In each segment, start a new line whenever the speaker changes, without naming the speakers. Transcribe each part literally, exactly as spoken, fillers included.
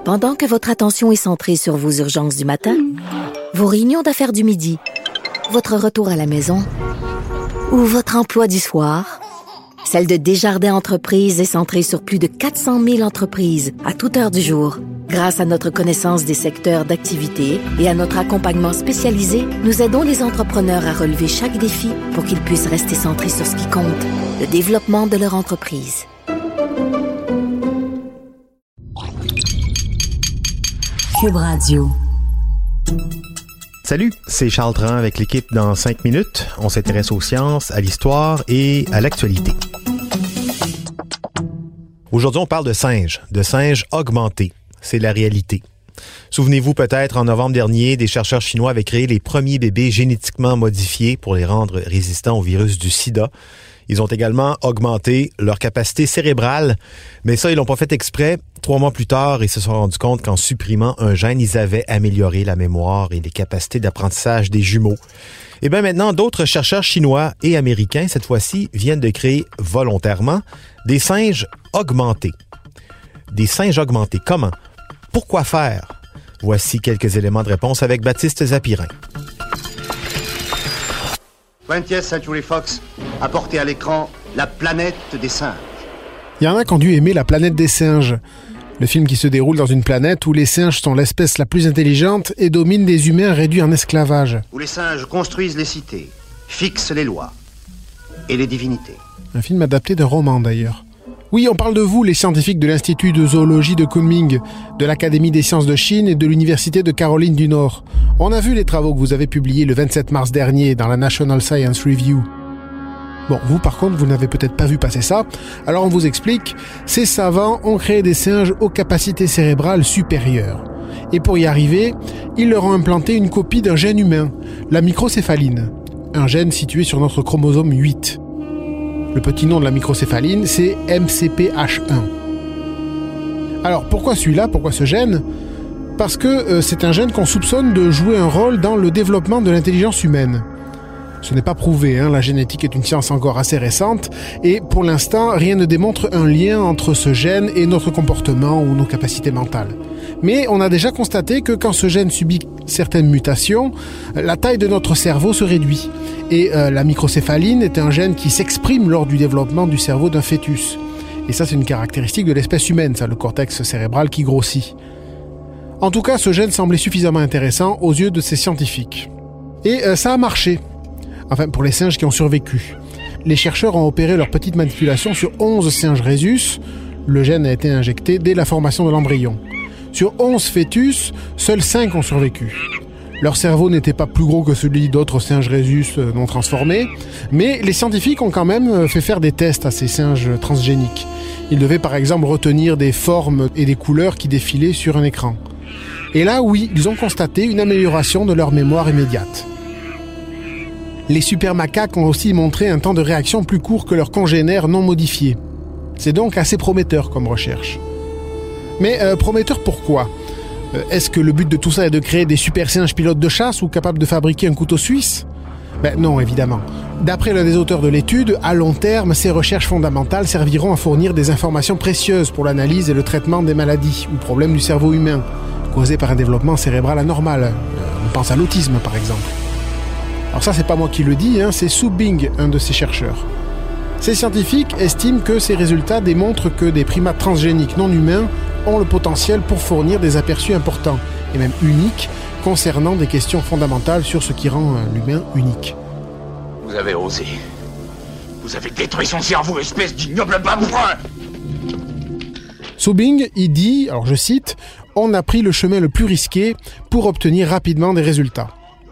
Pendant que votre attention est centrée sur vos urgences du matin, vos réunions d'affaires du midi, votre retour à la maison ou votre emploi du soir, celle de Desjardins Entreprises est centrée sur plus de quatre cent mille entreprises à toute heure du jour. Grâce à notre connaissance des secteurs d'activité et à notre accompagnement spécialisé, nous aidons les entrepreneurs à relever chaque défi pour qu'ils puissent rester centrés sur ce qui compte, le développement de leur entreprise.
Cube Radio.
Salut, c'est Charles Tran avec l'équipe dans cinq minutes. On s'intéresse aux sciences, à l'histoire et à l'actualité. Aujourd'hui, on parle de singes, de singes augmentés. C'est la réalité. Souvenez-vous peut-être, en novembre dernier, des chercheurs chinois avaient créé les premiers bébés génétiquement modifiés pour les rendre résistants au virus du sida. Ils ont également augmenté leur capacité cérébrale, mais ça, ils l'ont pas fait exprès. Trois mois plus tard, ils se sont rendus compte qu'en supprimant un gène, ils avaient amélioré la mémoire et les capacités d'apprentissage des jumeaux. Et bien maintenant, d'autres chercheurs chinois et américains, cette fois-ci, viennent de créer volontairement des singes augmentés. Des singes augmentés, comment? Pourquoi faire? Voici quelques éléments de réponse avec Baptiste Zapirin.
twentieth Century Fox a porté à l'écran La planète des singes.
Il y en a qui ont dû aimer La planète des singes, le film qui se déroule dans une planète où les singes sont l'espèce la plus intelligente et dominent des humains réduits en esclavage.
Où les singes construisent les cités, fixent les lois et les divinités.
Un film adapté d'un roman d'ailleurs. Oui, on parle de vous, les scientifiques de l'Institut de zoologie de Kunming, de l'Académie des sciences de Chine et de l'Université de Caroline du Nord. On a vu les travaux que vous avez publiés le vingt-sept mars dernier dans la National Science Review. Bon, vous par contre, vous n'avez peut-être pas vu passer ça, alors on vous explique. Ces savants ont créé des singes aux capacités cérébrales supérieures. Et pour y arriver, ils leur ont implanté une copie d'un gène humain, la microcéphaline, un gène situé sur notre chromosome huit. Le petit nom de la microcéphaline, c'est M C P H un. Alors, pourquoi celui-là? Pourquoi ce gène? Parce que euh, c'est un gène qu'on soupçonne de jouer un rôle dans le développement de l'intelligence humaine. Ce n'est pas prouvé, hein, la génétique est une science encore assez récente, et pour l'instant, rien ne démontre un lien entre ce gène et notre comportement ou nos capacités mentales. Mais on a déjà constaté que quand ce gène subit certaines mutations, la taille de notre cerveau se réduit. Et euh, la microcéphaline est un gène qui s'exprime lors du développement du cerveau d'un fœtus. Et ça, c'est une caractéristique de l'espèce humaine, ça, le cortex cérébral qui grossit. En tout cas, ce gène semblait suffisamment intéressant aux yeux de ces scientifiques. Et euh, ça a marché. Enfin, pour les singes qui ont survécu. Les chercheurs ont opéré leur petite manipulation sur onze singes rhésus. Le gène a été injecté dès la formation de l'embryon. Sur onze fœtus, seuls cinq ont survécu. Leur cerveau n'était pas plus gros que celui d'autres singes rhésus non transformés, mais les scientifiques ont quand même fait faire des tests à ces singes transgéniques. Ils devaient par exemple retenir des formes et des couleurs qui défilaient sur un écran. Et là, oui, ils ont constaté une amélioration de leur mémoire immédiate. Les super macaques ont aussi montré un temps de réaction plus court que leurs congénères non modifiés. C'est donc assez prometteur comme recherche. Mais euh, prometteur pourquoi ? euh, Est-ce que le but de tout ça est de créer des super singes pilotes de chasse ou capables de fabriquer un couteau suisse ? Ben non, évidemment. D'après l'un des auteurs de l'étude, à long terme, ces recherches fondamentales serviront à fournir des informations précieuses pour l'analyse et le traitement des maladies ou problèmes du cerveau humain, causés par un développement cérébral anormal. Euh, on pense à l'autisme par exemple. Alors ça, c'est pas moi qui le dis, hein, c'est Su Bing, un de ces chercheurs. Ces scientifiques estiment que ces résultats démontrent que des primates transgéniques non humains ont le potentiel pour fournir des aperçus importants, et même uniques, concernant des questions fondamentales sur ce qui rend l'humain unique.
Vous avez osé. Vous avez détruit son cerveau, espèce d'ignoble babouin.
Su Bing, il dit, alors je cite, « On a pris le chemin le plus risqué pour obtenir rapidement des résultats. »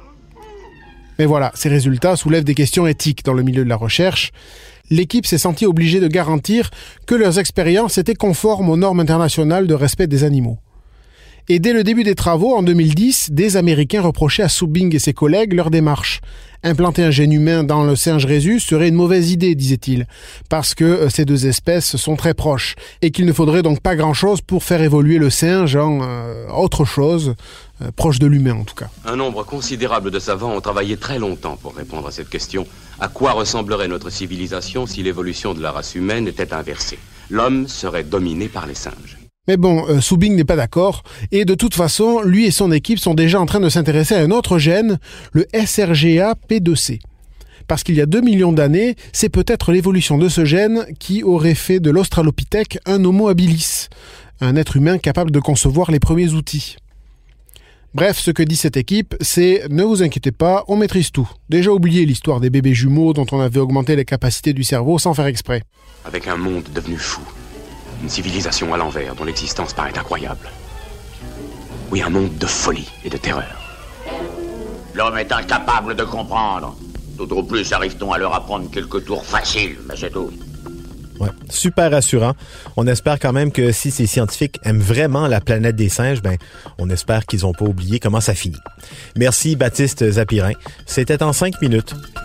Mais voilà, ces résultats soulèvent des questions éthiques dans le milieu de la recherche. L'équipe s'est sentie obligée de garantir que leurs expériences étaient conformes aux normes internationales de respect des animaux. Et dès le début des travaux, en deux mille dix, des Américains reprochaient à Su Bing et ses collègues leur démarche. Implanter un gène humain dans le singe rhésus serait une mauvaise idée, disait-il, parce que ces deux espèces sont très proches, et qu'il ne faudrait donc pas grand-chose pour faire évoluer le singe en euh, autre chose, euh, proche de l'humain en tout cas.
Un nombre considérable de savants ont travaillé très longtemps pour répondre à cette question. À quoi ressemblerait notre civilisation si l'évolution de la race humaine était inversée ? L'homme serait dominé par les singes.
Mais bon, euh, Subing n'est pas d'accord, et de toute façon, lui et son équipe sont déjà en train de s'intéresser à un autre gène, le S R G A P deux C. Parce qu'il y a deux millions d'années, c'est peut-être l'évolution de ce gène qui aurait fait de l'Australopithèque un Homo habilis, un être humain capable de concevoir les premiers outils. Bref, ce que dit cette équipe, c'est « Ne vous inquiétez pas, on maîtrise tout ». Déjà oublié l'histoire des bébés jumeaux dont on avait augmenté les capacités du cerveau sans faire exprès.
Avec un monde devenu fou, une civilisation à l'envers dont l'existence paraît incroyable. Oui, un monde de folie et de terreur.
L'homme est incapable de comprendre. Tout au plus arrive-t-on à leur apprendre quelques tours faciles, mais c'est tout.
Ouais, super rassurant. On espère quand même que si ces scientifiques aiment vraiment la planète des singes, ben, on espère qu'ils n'ont pas oublié comment ça finit. Merci Baptiste Zapirin. C'était en cinq minutes.